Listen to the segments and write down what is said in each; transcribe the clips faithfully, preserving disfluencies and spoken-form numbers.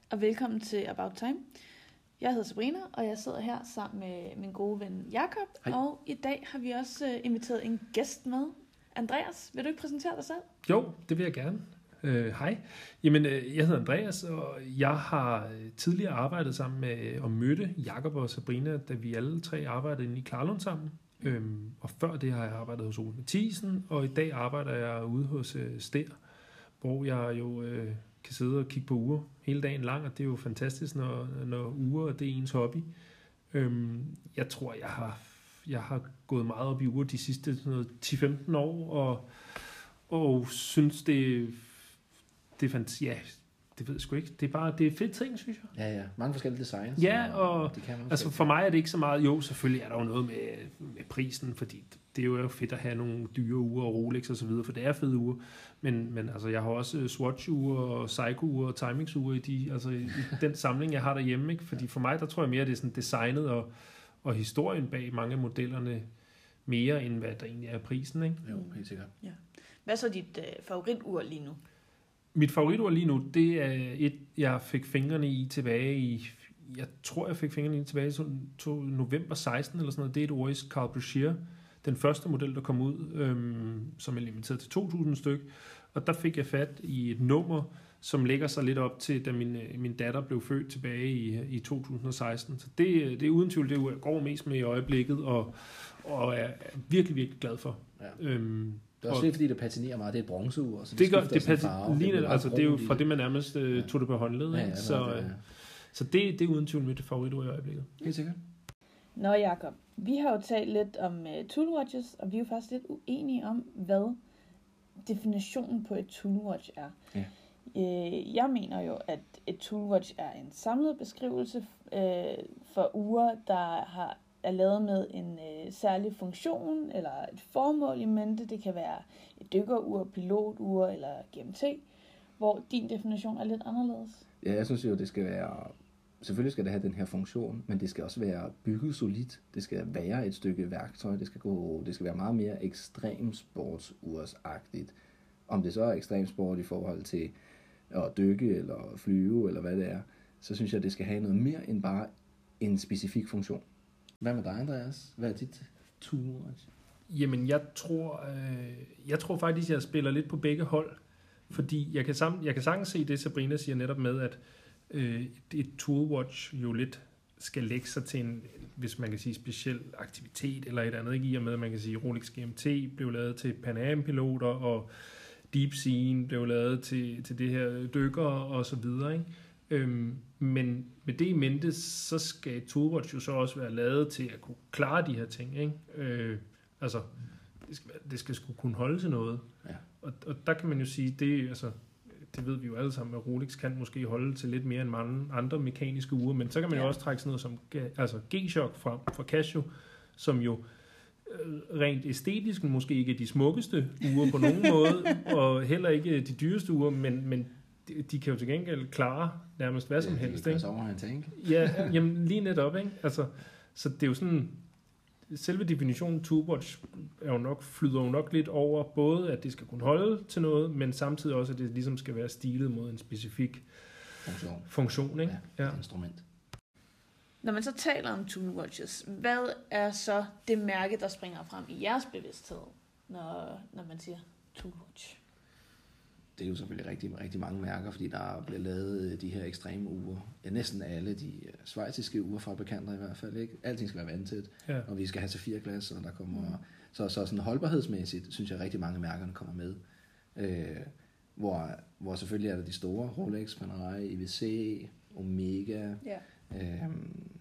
og velkommen til About Time. Jeg hedder Sabrina, og jeg sidder her sammen med min gode ven Jakob. Hej. Og i dag har vi også inviteret en gæst med. Andreas, vil du ikke præsentere dig selv? Jo, det vil jeg gerne. Øh, hej. Jamen, øh, jeg hedder Andreas, og jeg har tidligere arbejdet sammen med og mødte Jakob og Sabrina, da vi alle tre arbejdede inde i Klarlund sammen. Øhm, og før det har jeg arbejdet hos Ole Mathisen, og i dag arbejder jeg ude hos øh, Stær, hvor jeg jo øh, kan sidde og kigge på uger hele dagen lang, og det er jo fantastisk, når, når uger det er ens hobby. Øhm, jeg tror, jeg har, jeg har gået meget op i uger de sidste ti til femten år, og, og synes, det, det er fantastisk. Ja, det ved jeg sgu ikke. Det er bare, det er fedt ting, synes jeg. Ja, ja. Mange forskellige designs. Ja, og de kan altså for mig er det ikke så meget. Jo, selvfølgelig er der jo noget med, med prisen, fordi det er jo fedt at have nogle dyre uger og Rolex og så videre, for det er fede uger. Men, men altså, jeg har også Swatch-uger og Seiko-uger og Timings-uger i, de, altså, i den samling, jeg har derhjemme. Ikke? Fordi for mig, der tror jeg mere, det er sådan designet og, og historien bag mange af modellerne mere, end hvad der egentlig er prisen. Ikke? Jo, helt sikkert. Ja. Hvad er så dit øh, favoritur lige nu? Mit favoritur lige nu, det er et, jeg fik fingrene i tilbage i, jeg tror, jeg fik fingrene i tilbage i to, november seksten eller sådan noget. Det er et Oris Carl Brashear, den første model, der kom ud, øhm, som er limiteret til to tusind styk. Og der fik jeg fat i et nummer, som lægger sig lidt op til, da min, min datter blev født tilbage i, i to tusind seksten. Så det, det er uden tvivl det, jeg går mest med i øjeblikket, og, og er virkelig, virkelig glad for. Ja. Øhm, Det er også fedt, fordi det patinerer meget. Det er et bronzeur. Så det, det gør, det det patiner, altså det er jo fra det, man nærmest uh, ja. tog det på håndled. Ja, ja, så det, ja. så det, det er uden tvivl mit favoritord i øjeblikket. Helt sikkert. Nå Jakob, vi har jo talt lidt om uh, toolwatches, og vi er jo faktisk lidt uenige om, hvad definitionen på et toolwatch er. Ja. Uh, jeg mener jo, at et toolwatch er en samlet beskrivelse uh, for ure, der har er lavet med en øh, særlig funktion eller et formål i mente. Det kan være et dykkerur, pilotur eller G M T, hvor din definition er lidt anderledes. Ja, jeg synes jo, det skal være... Selvfølgelig skal det have den her funktion, men det skal også være bygget solidt. Det skal være et stykke værktøj. Det skal, gå, det skal være meget mere ekstremsportsursagtigt. Om det så er ekstremsport i forhold til at dykke eller flyve eller hvad det er, så synes jeg, det skal have noget mere end bare en specifik funktion. Hvad med dig, Andreas? Hvad er dit toolwatch? Jamen, jeg tror, øh, jeg tror faktisk, jeg spiller lidt på begge hold, fordi jeg kan, sam- jeg kan sagtens se det, Sabrina siger netop med, at øh, et toolwatch jo lidt skal lægge sig til en, hvis man kan sige, speciel aktivitet eller et andet, ikke? I og med, at man kan sige, Rolex G M T blev lavet til Pan Am-piloter, og Deep Sea blev lavet til, til det her dykker og så videre, ikke? Øhm, men med det i mente, så skal et toolwatch jo så også være lavet til at kunne klare de her ting, ikke? Øh, altså, det skal, det skal sgu kunne holde til noget. Ja. Og, og der kan man jo sige, det, altså, det ved vi jo alle sammen, at Rolex kan måske holde til lidt mere end mange andre mekaniske ure, men så kan man ja. jo også trække sådan noget som altså G-Shock fra, fra Casio, som jo rent æstetisk måske ikke er de smukkeste ure på nogen måde, og heller ikke de dyreste ure, men, men de kan jo til gengæld klare nærmest hvad som ja, helst. Det ikke? er tank. Ja, jamen lige netop, ikke? Altså, så det er jo sådan, selve definitionen toolwatch er jo nok, flyder jo nok lidt over, både at det skal kunne holde til noget, men samtidig også, at det ligesom skal være stilet mod en specifik funktion, funktion ikke? Ja, ja. instrument. Når man så taler om toolwatches, hvad er så det mærke, der springer frem i jeres bevidsthed, når, når man siger toolwatch? Det er jo selvfølgelig rigtig, rigtig mange mærker, fordi der bliver lavet de her ekstreme ure. Ja, næsten alle de schweiziske urefabrikanter i hvert fald, ikke? Alting skal være vandtæt, ja. Og vi skal have til fire glas, og der kommer... Mm. Så, så sådan holdbarhedsmæssigt, synes jeg rigtig mange af mærkerne kommer med. Øh, hvor, hvor selvfølgelig er der de store, Rolex, Panerai, I W C, Omega. Ja. Øh,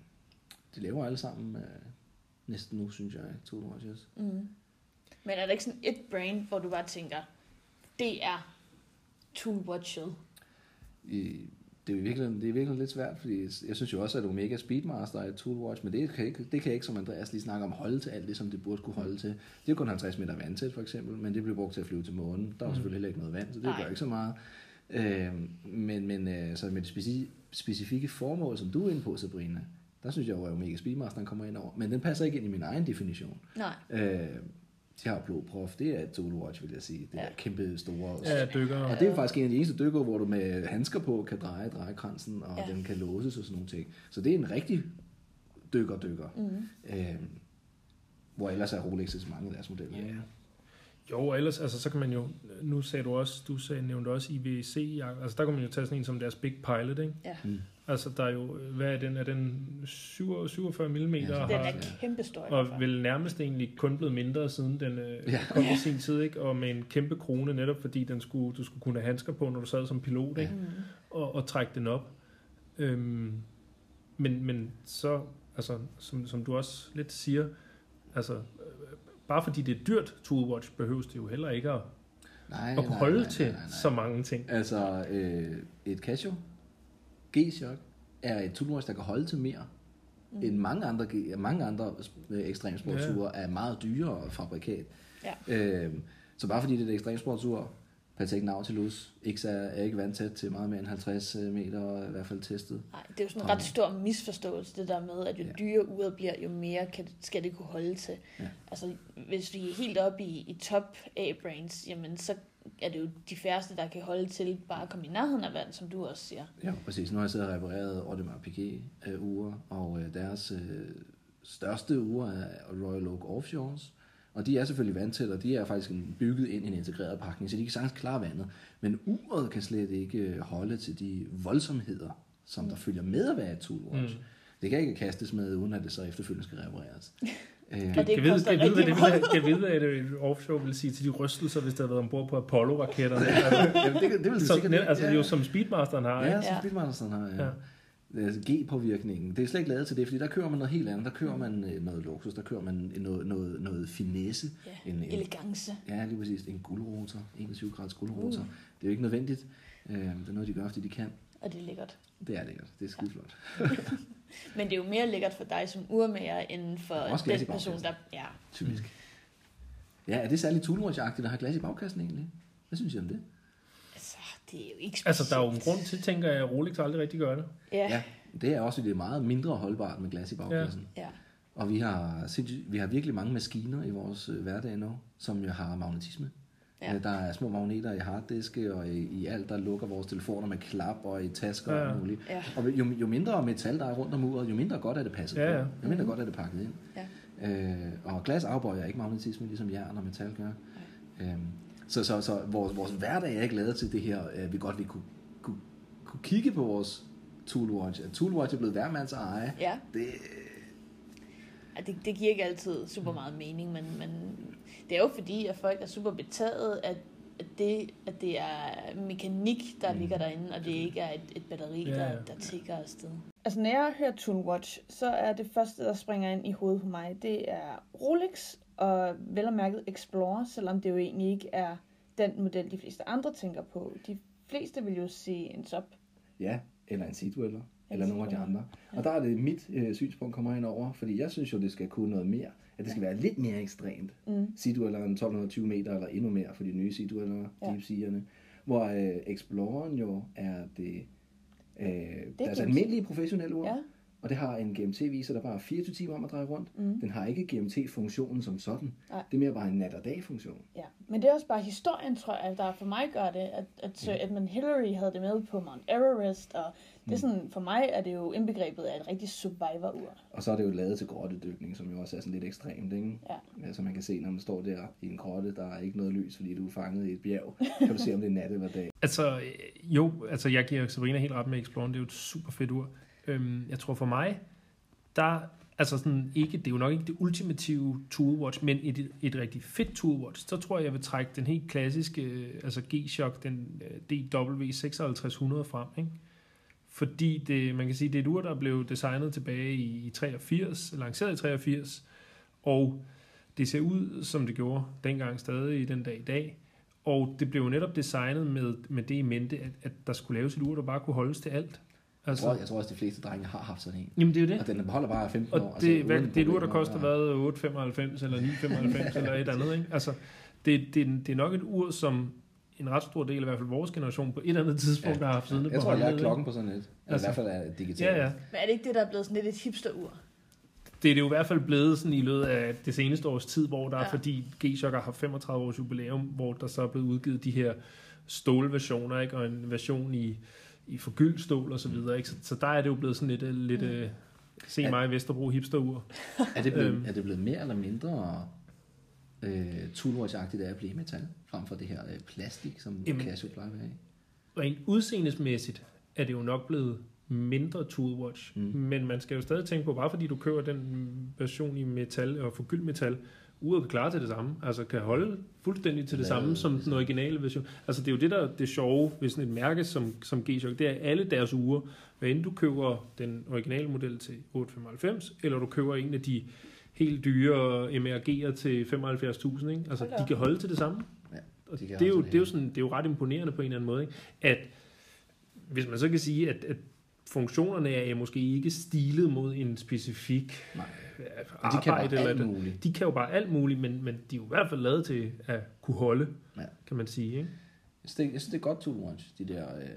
de laver alle sammen øh, næsten nu, synes jeg, toolwatches. Mm. Men er der ikke sådan et brand, hvor du bare tænker, det er toolwatchet? I, det er virkelig, det er virkelig lidt svært, fordi jeg synes jo også, at Omega Speedmaster er et toolwatch, men det kan, ikke, det kan ikke, som Andreas lige snakker om, holde til alt det, som det burde kunne holde til. Det er kun halvtreds meter vandtæt, for eksempel, men det bliver brugt til at flyve til månen. Der er mm. selvfølgelig heller ikke noget vand, så det Ej. gør ikke så meget. Øh, men men øh, så med det speci- specifikke formål, som du er inde på, Sabrina, der synes jeg jo, at Omega Speedmaster kommer ind over. Men den passer ikke ind i min egen definition. Nej. Øh, de har blodprof, det er et Toolwatch, vil jeg sige. Det er ja. kæmpe store. Ja, dykker. Og det er faktisk en af de eneste dykker, hvor du med handsker på kan dreje drejekransen, og ja. den kan låses og sådan nogle ting. Så det er en rigtig dykker-dykker. Mm. Øhm, hvor ellers er Rolex så mange af deres modeller. Yeah. Jo, og ellers, altså, så kan man jo, nu sagde du også, du sagde, nævnte også I W C, altså der kan man jo tage sådan en som deres Big Pilot, ikke? Ja. Mm. Altså der er jo, hvad er den, er den syvogfyrre millimeter? Ja, den er kæmpestor. Og vel nærmest egentlig kun blevet mindre, siden den øh, ja. kom i sin tid, ikke? Og med en kæmpe krone, netop fordi den skulle, du skulle kunne have handsker på, når du sad som pilot, ikke? Mm. Og, og trække den op. Øhm, men, men så, altså, som, som du også lidt siger, altså, bare fordi det er dyrt Toolwatch, behøves det jo heller ikke at, nej, at kunne nej, holde nej, nej, til nej, nej. så mange ting. Altså, øh, et Casio G-Shock er et Toolwatch, der kan holde til mere mm. end mange andre, mange andre ekstremsportsure ja. er meget dyrere fabrikat. Ja. Øh, så bare fordi det er et ekstremsportsur, Patek Nautilus, ikke er, er ikke vandtæt til meget mere end halvtreds meter, i hvert fald testet. Nej, det er jo sådan en ret stor misforståelse, det der med, at jo ja. dyrere uret bliver, jo mere kan, skal det kunne holde til. Ja. Altså, hvis vi er helt oppe i, i top A-brands, jamen så er det jo de færreste, der kan holde til bare at komme i nærheden af vand, som du også siger. Ja, præcis. Nu har jeg siddet og repareret Audemars Piguet-ure, og deres øh, største ure er Royal Oak Offshores. Og de er selvfølgelig vandtætte, og de er faktisk bygget ind i en integreret pakning, så de kan sagtens klare vandet. Men uret kan slet ikke holde til de voldsomheder, som mm. der følger med at være et Toolwatch. Mm. Det kan ikke kastes med, uden at det så efterfølgende skal repareres. Og det koster rigtig meget. Jeg ved, hvad det offshore vil sige til de rystelser, hvis der havde været ombord på Apollo-raketterne. Jamen, det, det vil så, sikkert... Altså, det er jo som Speedmasteren har. Ja, som Speedmasteren har, ja. ja. G-påvirkningen. Det er slet ikke lavet til det, fordi der kører man noget helt andet. Der kører man noget luksus, der kører man noget, noget, noget finesse. Ja, en, elegance. Ja, lige præcis. En guldrotor. enogtyve graders guldrotor. Uh. Det er jo ikke nødvendigt. Det er noget, de gør, fordi de kan. Og det er lækkert. Det er lækkert. Det er skideflot. Men det er jo mere lækkert for dig som urmager, end for den person, der... Ja. Typisk. Ja, er det særligt Toolwatch-agtigt, der har glas i bagkassen egentlig? Hvad synes I om det? Altså, det er jo ikke specielt. Altså, der er jo en grund til, tænker jeg, at Rolex aldrig rigtig gør det. Ja. ja, det er også, det er meget mindre holdbart med glas i bagkassen. Ja. Og vi har, vi har virkelig mange maskiner i vores hverdag nu, som jo har magnetisme. Ja. Der er små magneter i harddiske og i, i alt, der lukker vores telefoner med klap og i tasker ja. og muligt. Ja. Og jo, jo mindre metal der er rundt om uret, jo mindre godt er det passet ja, ja. på. Jo mindre mm-hmm. godt er det pakket ind. Ja. Øh, og glas afbøjer ikke magnetisme, ligesom jern og metal gør. Ja. Øhm, så så, så vores, vores hverdag er ikke lavet til det her, at vi godt vil kunne, kunne, kunne kigge på vores Toolwatch. At Toolwatch er blevet hvermands eje. Ja. Det, ja, det, det giver ikke altid super meget mening, men, men det er jo fordi, at folk er super betaget, at, at, det, at det er mekanik, der mm. ligger derinde, og det ikke er et, et batteri, ja, der, der tigger afsted. Altså, når jeg hører Toolwatch, så er det første, der springer ind i hovedet på mig, det er Rolex, og vel og mærket Explorer, selvom det jo egentlig ikke er den model, de fleste andre tænker på. De fleste vil jo se en Sub. Ja, eller en Seadweller, eller nogle af de andre. Ja. Og der er det mit øh, synspunkt kommer ind over, fordi jeg synes jo, det skal kunne noget mere. At det skal ja. være lidt mere ekstremt. Mm. Seadwelleren tolv tyve meter, eller endnu mere for de nye Seadweller, ja. Deep Sea'erne. Hvor øh, Exploreren jo er det, øh, det er altså almindelige professionelle ur. Ja. Og det har en G M T-viser, der bare er fireogtyve timer om at dreje rundt. Mm. Den har ikke G M T-funktionen som sådan. Nej. Det er mere bare en nat- og dag-funktion. Ja, men det er også bare historien, tror jeg, der for mig gør det. At, at ja. Edmund Hillary havde det med på Mount Everest, og det er sådan, for mig er det jo indbegrebet af et rigtig survivor-ur. Og så er det jo lavet til grottedykning, som jo også er sådan lidt ekstremt, ikke? Ja. Så man kan se, når man står der i en grotte, der er ikke noget lys, fordi du er fanget i et bjerg. Kan du se, om det er nat eller dag. Altså, jo, altså jeg giver Sabrina helt ret med Explorer. Det er jo et super fedt ur. Jeg tror for mig, der, altså sådan ikke, det er jo nok ikke det ultimative Toolwatch, men et, et rigtig fedt Toolwatch, så tror jeg, jeg vil trække den helt klassiske, altså G-Shock, den D W seksoghalvtreds hundrede frem, ikke? Fordi det, man kan sige, det er et ur, der blev designet tilbage i, i treogfirs, lanceret i treogfirs, og det ser ud, som det gjorde dengang stadig i den dag i dag, og det blev jo netop designet med, med det i mente, at, at der skulle laves et ur, der bare kunne holdes til alt. Altså, jeg, tror, jeg tror også, de fleste drenge har haft sådan en. Jamen det er jo det. Og den holder bare femten og år. Det, altså, hvad, det er et ur, der koster hvad, otte femoghalvfems eller ni femoghalvfems eller et andet. Ikke? Altså, det, det, det er nok et ur, som en ret stor del af i hvert fald vores generation på et eller andet tidspunkt ja. har haft siddende på hånden. Jeg tror, jeg er klokken på sådan et. Altså, i hvert fald er det digitalt. Ja, ja. Men er det ikke det, der er blevet sådan lidt et hipster-ur? det er det jo i hvert fald blevet sådan i løbet af det seneste års tid, hvor der, ja. fordi G-Shock har femogtredive års jubilæum, hvor der så er blevet udgivet de her stålversioner, ikke? Og en version i, i forgyldt stål og så videre, ikke? Så, så der er det jo blevet sådan lidt, lidt mm. uh, se er, mig i Vesterbro hipsterur. Er det blevet, er det blevet mere eller mindre øh, toolwatch-agtigt af at blive metal, frem for det her øh, plastik, som Casio plejer at have? Rent udseendesmæssigt er det jo nok blevet mindre toolwatch, mm. men man skal jo stadig tænke på, bare fordi du køber den version i metal og forgyldt metal, uret er klar til det samme, altså kan holde fuldstændig til det samme som den originale version. Altså det er jo det, der er det sjove ved sådan et mærke som, som G-Shock, det er alle deres uger, hvad end du køber den originale model til otte komma femoghalvfems, eller du køber en af de helt dyre M R G'er til femoghalvfjerds tusind, ikke? Altså de kan holde til det samme. Ja, og de det, er jo, det, er jo sådan, det er jo ret imponerende på en eller anden måde, ikke? At hvis man så kan sige, at, at funktionerne er måske ikke stilet mod en specifik Nej. arbejde. De kan, eller det. de kan jo bare alt muligt, men, men de er jo i hvert fald lavet til at kunne holde, ja. kan man sige. Ikke? Jeg synes, det, jeg synes, det er godt toolwatch, de der øh,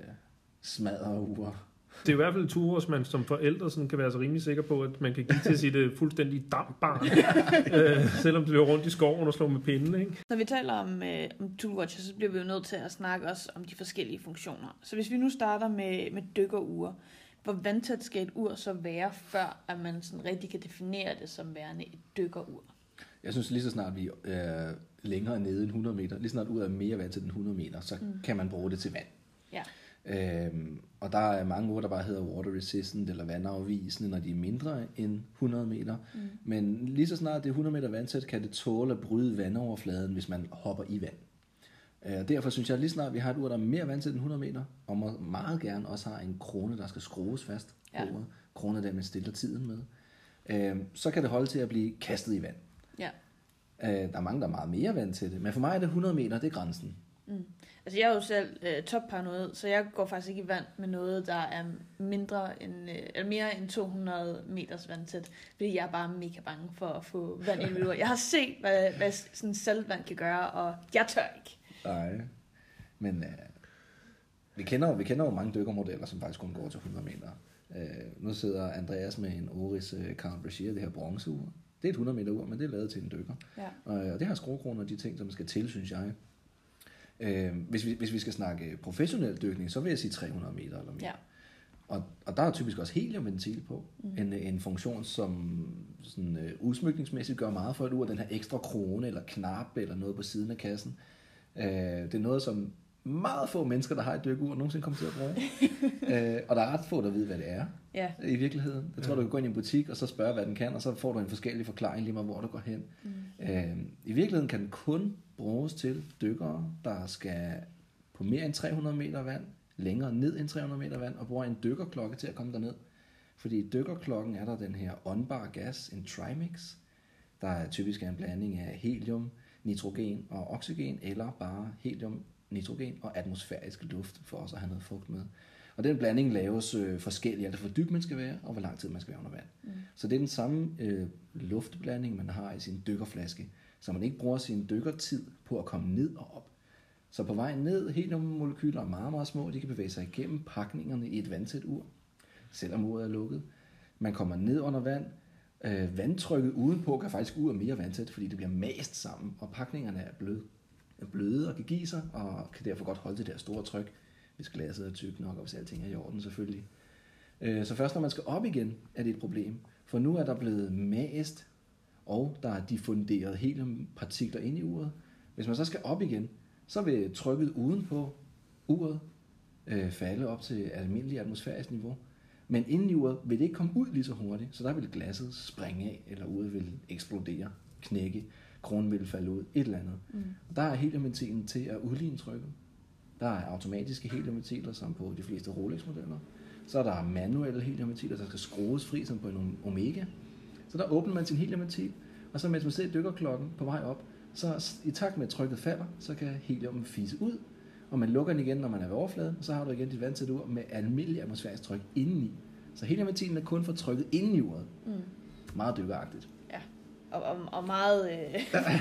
smadre uger. Det er i hvert fald et toolwatch, man som forældre sådan kan være så rimelig sikker på, at man kan give til sit uh, fuldstændig dampbarn, øh, selvom det løber rundt i skoven og slår med pinden. Ikke? Når vi taler om, øh, om toolwatch, så bliver vi jo nødt til at snakke også om de forskellige funktioner. Så hvis vi nu starter med, med dykkerure, hvor vandtæt skal et ur så være, før at man sådan rigtig kan definere det som værende et dykkerur? Jeg synes lige så snart vi er længere nede end hundrede meter, lige snart uret er mere vandtæt end hundrede meter, så mm. kan man bruge det til vand. Ja. Øhm, og der er mange ure, der bare hedder water resistant eller vandafvisende, når de er mindre end hundrede meter. Mm. Men lige så snart det er hundrede meter vandtæt, kan det tåle at bryde vandoverfladen, hvis man hopper i vand. Øh, derfor synes jeg, at lige snart vi har et ur, der er mere vandtæt end hundrede meter, og må meget gerne også har en krone, der skal skrues fast på ja. uret. Krone, der man stiller tiden med. Øh, så kan det holde til at blive kastet i vand. Ja. Øh, der er mange, der er meget mere vandtætte, men for mig er det hundrede meter, det er grænsen. Mm. Altså jeg er jo selv øh, topparanoid, så jeg går faktisk ikke i vand med noget, der er mindre end, øh, eller mere end to hundrede meters vandtæt, fordi jeg er bare mega bange for at få vand ind i uret. Jeg har set, hvad, hvad sådan saltvand kan gøre, og jeg tør ikke. Nej, men øh, vi, kender, vi kender jo mange dykkermodeller, som faktisk kun går til hundrede meter. Øh, nu sidder Andreas med en Oris øh, Count Brashear, det her bronzeur. Det er et hundrede meter ur, men det er lavet til en dykker. Ja. Og, og det har skruekroner og de ting, som skal til, synes jeg. Øh, hvis, vi, hvis vi skal snakke professionel dykning, så vil jeg sige tre hundrede meter eller mere. Ja. Og, og der er typisk også heliumventil på. Mm. En, en funktion, som sådan, uh, udsmykningsmæssigt gør meget for et ur. Den her ekstra krone eller knap eller noget på siden af kassen. Uh, det er noget, som meget få mennesker, der har et dykkeur, nogensinde kommer til at bruge. uh, og der er ret få, der ved, hvad det er ja. i virkeligheden. Jeg tror, ja. du kan gå ind i en butik og så spørge, hvad den kan, og så får du en forskellig forklaring lige meget, hvor du går hen. Mm. Uh, I virkeligheden kan den kun bruges til dykkere, der skal på mere end tre hundrede meter vand, længere ned end tre hundrede meter vand, og bruger en dykkerklokke til at komme derned. Fordi i dykkerklokken er der den her on-bar gas, en trimix, der er typisk en blanding af helium, nitrogen og oxygen, eller bare helium, nitrogen og atmosfærisk luft, for også at have noget fugt med. Og den blanding laves øh, forskelligt, altså hvor dyb man skal være, og hvor lang tid man skal være under vand. Mm. Så det er den samme øh, luftblanding, man har i sin dykkerflaske, så man ikke bruger sin dykkertid på at komme ned og op. Så på vej ned, heliummolekyler er meget, meget små, de kan bevæge sig igennem pakningerne i et vandtæt ur, selvom uret er lukket. Man kommer ned under vand. Øh, vandtrykket udenpå kan faktisk uret mere vandtæt, fordi det bliver mast sammen, og pakningerne er bløde, er bløde og kan give sig, og kan derfor godt holde det der store tryk, hvis glasset er tykt nok, og hvis alting er i orden selvfølgelig. Øh, så først når man skal op igen, er det et problem, for nu er der blevet mast, og der er diffunderet heliumpartikler ind i uret. Hvis man så skal op igen, så vil trykket uden på uret øh, falde op til almindelig atmosfærisk niveau. Men inden i uret vil det ikke komme ud lige så hurtigt, så der vil glasset springe af, eller uret vil eksplodere, knække, kronen vil falde ud, et eller andet. Mm. Der er heliumventilen til at udligne trykket. Der er automatiske heliumventiler, som på de fleste Rolex-modeller. Så er der manuelle heliumventiler, der skal skrues fri, som på en Omega. Så der åbner man sin heliumventil, og så mens man ser dykkerklokken på vej op, så i takt med at trykket falder, så kan heliumen fise ud, og man lukker den igen, når man er ved overfladen, og så har du igen dit vandtætte ur med almindelig atmosfærisk tryk indeni. Så heliumventilen er kun for trykket inden i uret. Mm. Meget dykkeragtigt. Ja, og, og, og meget... Øh...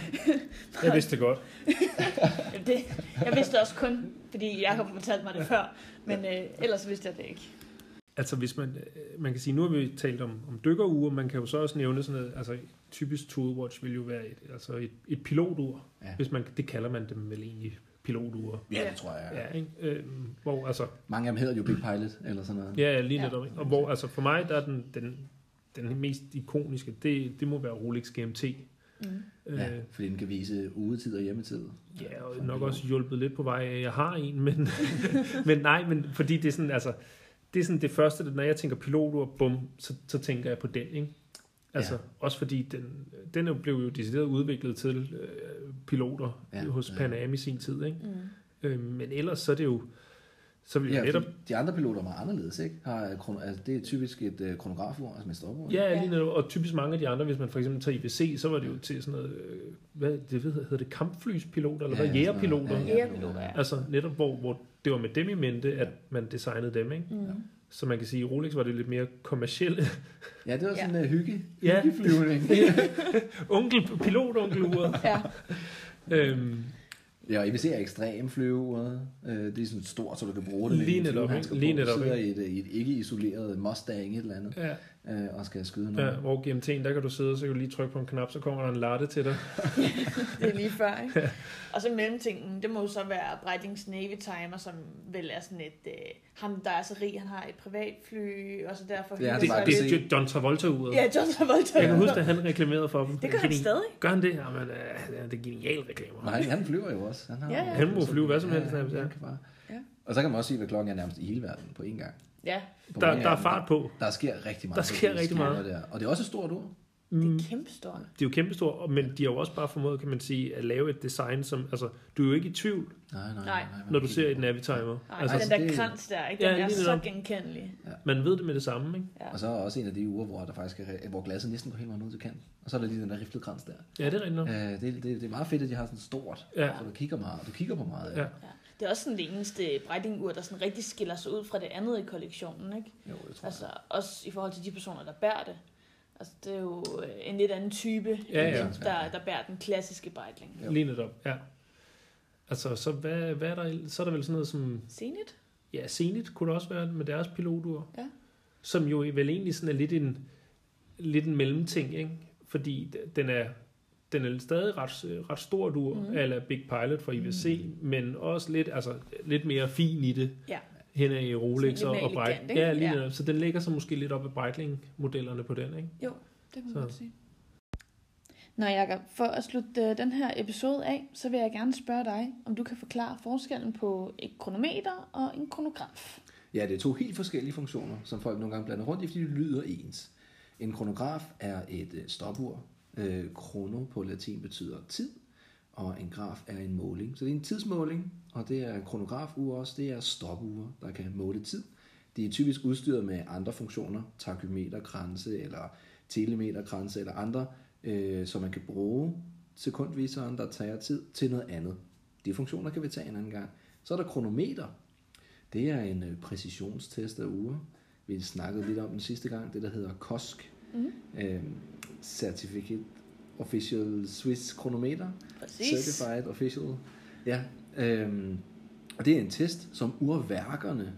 jeg vidste det godt. det, jeg vidste det også kun, fordi Jacob fortalte mig det før, men øh, ellers vidste jeg det ikke. altså hvis man, man kan sige, nu har vi talt om, om dykkerure, man kan jo så også nævne sådan noget, altså typisk Toolwatch vil jo være et, altså et, et pilotur, ja. Hvis man, det kalder man dem vel egentlig piloture. Ja, det tror jeg. Ja, ikke? Øhm, hvor, altså, mange af dem hedder jo Big Pilot, eller sådan noget. Ja, lige netop. Ja. Og hvor, altså for mig, der er den, den, den mest ikoniske, det, det må være Rolex G M T. Mm. Øh, ja, fordi den kan vise ugetid og hjemmetid. Ja, og nok også hjulpet lidt på vej af, jeg har en, men, men nej, men fordi det er sådan, altså, det er sådan det første, når jeg tænker pilotur, bum, så, så tænker jeg på den, ikke? Altså, ja. Også fordi den, den blev jo decideret udviklet til øh, piloter ja, hos Pan Am i sin tid, ikke? Mm. Øh, men ellers så er det jo, så vil ja, netop... de andre piloter er meget anderledes, ikke? Har, altså, det er typisk et uh, kronografur, altså med stopur. Ja, lige netop, og typisk mange af de andre, hvis man for eksempel tager I W C, så var det jo til sådan noget, øh, hvad det ved, hedder det, kampflyspiloter, eller ja, hvad, jægerpiloter? Ja, jægerpiloter, ja. Altså netop, hvor, hvor det var med dem i mente, at man designede dem, ikke? Mm. Så man kan sige, at Rolex var det lidt mere kommercielle. Ja, det var sådan en ja. hygge, ja. hyggeflyvning. Onkel, pilotonkeluret. Ja. øhm, Ja, og I W C er ekstrem flyveuret. Det er sådan stort, så du kan bruge det med lige netop, lige netop. Du sidder i et, i et ikke isoleret Mustang et eller andet, ja. og skal skyde noget. Ja, hvor G M T'en, der kan du sidde, så kan du lige trykke på en knap, så kommer der en latte til dig. Det er lige før, ikke? Ja. Og så mellemtingen, det må jo så være Breitlings Navy Timer, som vel er sådan et, øh, ham der er så rig, han har et privatfly, og så derfor... Ja, det, det, det er John Travolta-uret. Ja, John Travolta. Jeg kan huske, at han reklamerede for dem. Det gør han stadig. Gør han det? Jamen, øh, det er genial reklamer. Nej, han flyver jo også. Han, har ja, ja. han må flyve hvad som helst. Ja, ja. Bare. Ja. Og så kan man også sige, hvad klokken er nærmest i hele verden på én gang. Ja. Der, der er fart på. Der sker rigtig meget. Der sker rigtig meget. Der. Og det er også et stort ur. Det er kæmpestort. Det er jo kæmpestort, men de har jo også bare formået, kan man sige, at lave et design, som, altså, du er jo ikke i tvivl, nej, nej, nej, nej. når du ser et Navitimer. Nej, altså, den der det... krans der, ikke? Den ja, er så genkendelig. Ja. Man ved det med det samme, ikke? Ja. Og så er også en af de uger, hvor der faktisk er, hvor glasset næsten går helt meget ud til kanten. Og så er der lige den der riflede krans der. Ja, det er rigtigt nok. Uh, det, det, det er meget fedt, at de har sådan stort, ja. Så du kigger, meget, du kigger på meget. Ja. Ja. Ja. Det er også sådan det eneste Breitling-ur, der sådan rigtig skiller sig ud fra det andet i kollektionen, ikke? Jo, det tror altså, jeg. Også i forhold til de personer, der bærer det. Altså, det er jo en lidt anden type, ja, ja. Dem, der, der bærer den klassiske Breitling. Lige netop, ja. Altså, så hvad, hvad er der? Så er der vel sådan noget som... Zenit? Ja, Zenit kunne det også være med deres pilotur. Ja. Som jo vel egentlig sådan er lidt en, lidt en mellemting, ikke? Fordi den er, den er stadig ret, ret stor ur, mm. eller Big Pilot fra I W C, mm. men også lidt, altså, lidt mere fin i det. Ja. Hen i Rolex og, og Breitling. Ja, lige ja. Så den ligger så måske lidt op ad Breitling-modellerne på den, ikke? Jo, det kan man godt sige. Nå Jakob, for at slutte den her episode af, så vil jeg gerne spørge dig, om du kan forklare forskellen på et kronometer og en kronograf. Ja, det er to helt forskellige funktioner, som folk nogle gange blander rundt i, fordi de lyder ens. En kronograf er et stopur. Krono på latin betyder tid, og en graf er en måling. Så det er en tidsmåling, og det er en kronografur også, det er stopure, der kan måle tid. De er typisk udstyret med andre funktioner, takymeterkranse eller telemeterkranse eller andre, øh, så man kan bruge sekundviseren, der tager tid, til noget andet. De funktioner kan vi tage en anden gang. Så er der kronometer. Det er en præcisionstest af ure. Vi snakkede lidt om den sidste gang, det der hedder C O S C. Mm. Øh, Certificate Official Swiss Chronometer. Præcis. Certified Official. Ja, øhm, og det er en test, som urværkerne,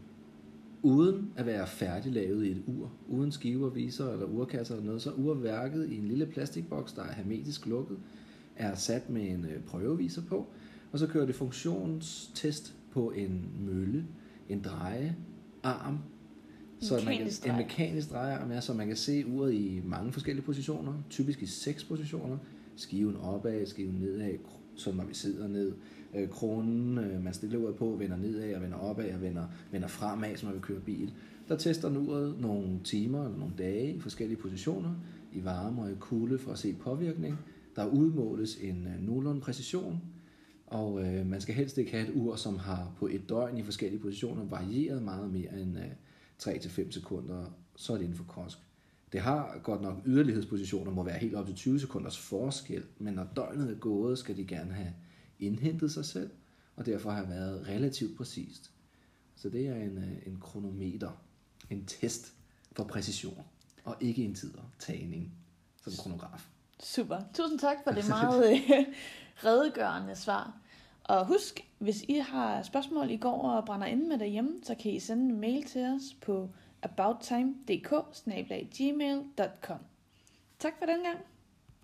uden at være færdiglavet i et ur, uden skiver, viser eller urkasser eller noget, så urværket i en lille plastikboks, der er hermetisk lukket, er sat med en prøveviser på, og så kører det funktionstest på en mølle, en drejearm, så man kan, en mekanisk drejearm, ja, så man kan se uret i mange forskellige positioner, typisk i seks positioner, skiven opad, skiven nedad, så når vi sidder ned, øh, kronen, øh, man stiller uret på, vender nedad og vender opad og vender, vender fremad, som når vi kører bil. Der tester den uret nogle timer eller nogle dage i forskellige positioner, i varme og i kulde for at se påvirkning. Der udmåles en øh, nogenlunde præcision, og øh, man skal helst ikke have et ur, som har på et døgn i forskellige positioner varieret meget mere end øh, tre til fem sekunder, så er det inden for kosk. Det har godt nok yderlighedspositioner, må være helt op til tyve sekunders forskel, men når døgnet er gået, skal de gerne have indhentet sig selv, og derfor har været relativt præcist. Så det er en, en kronometer, en test for præcision, og ikke en tidertagning som kronograf. Super. Tusind tak for det meget redegørende svar. Og husk, hvis I har spørgsmål, I går og brænder inde med derhjemme, så kan I sende en mail til os på abouttime punktum d k bindestreg gmail punktum com. Tak for den gang.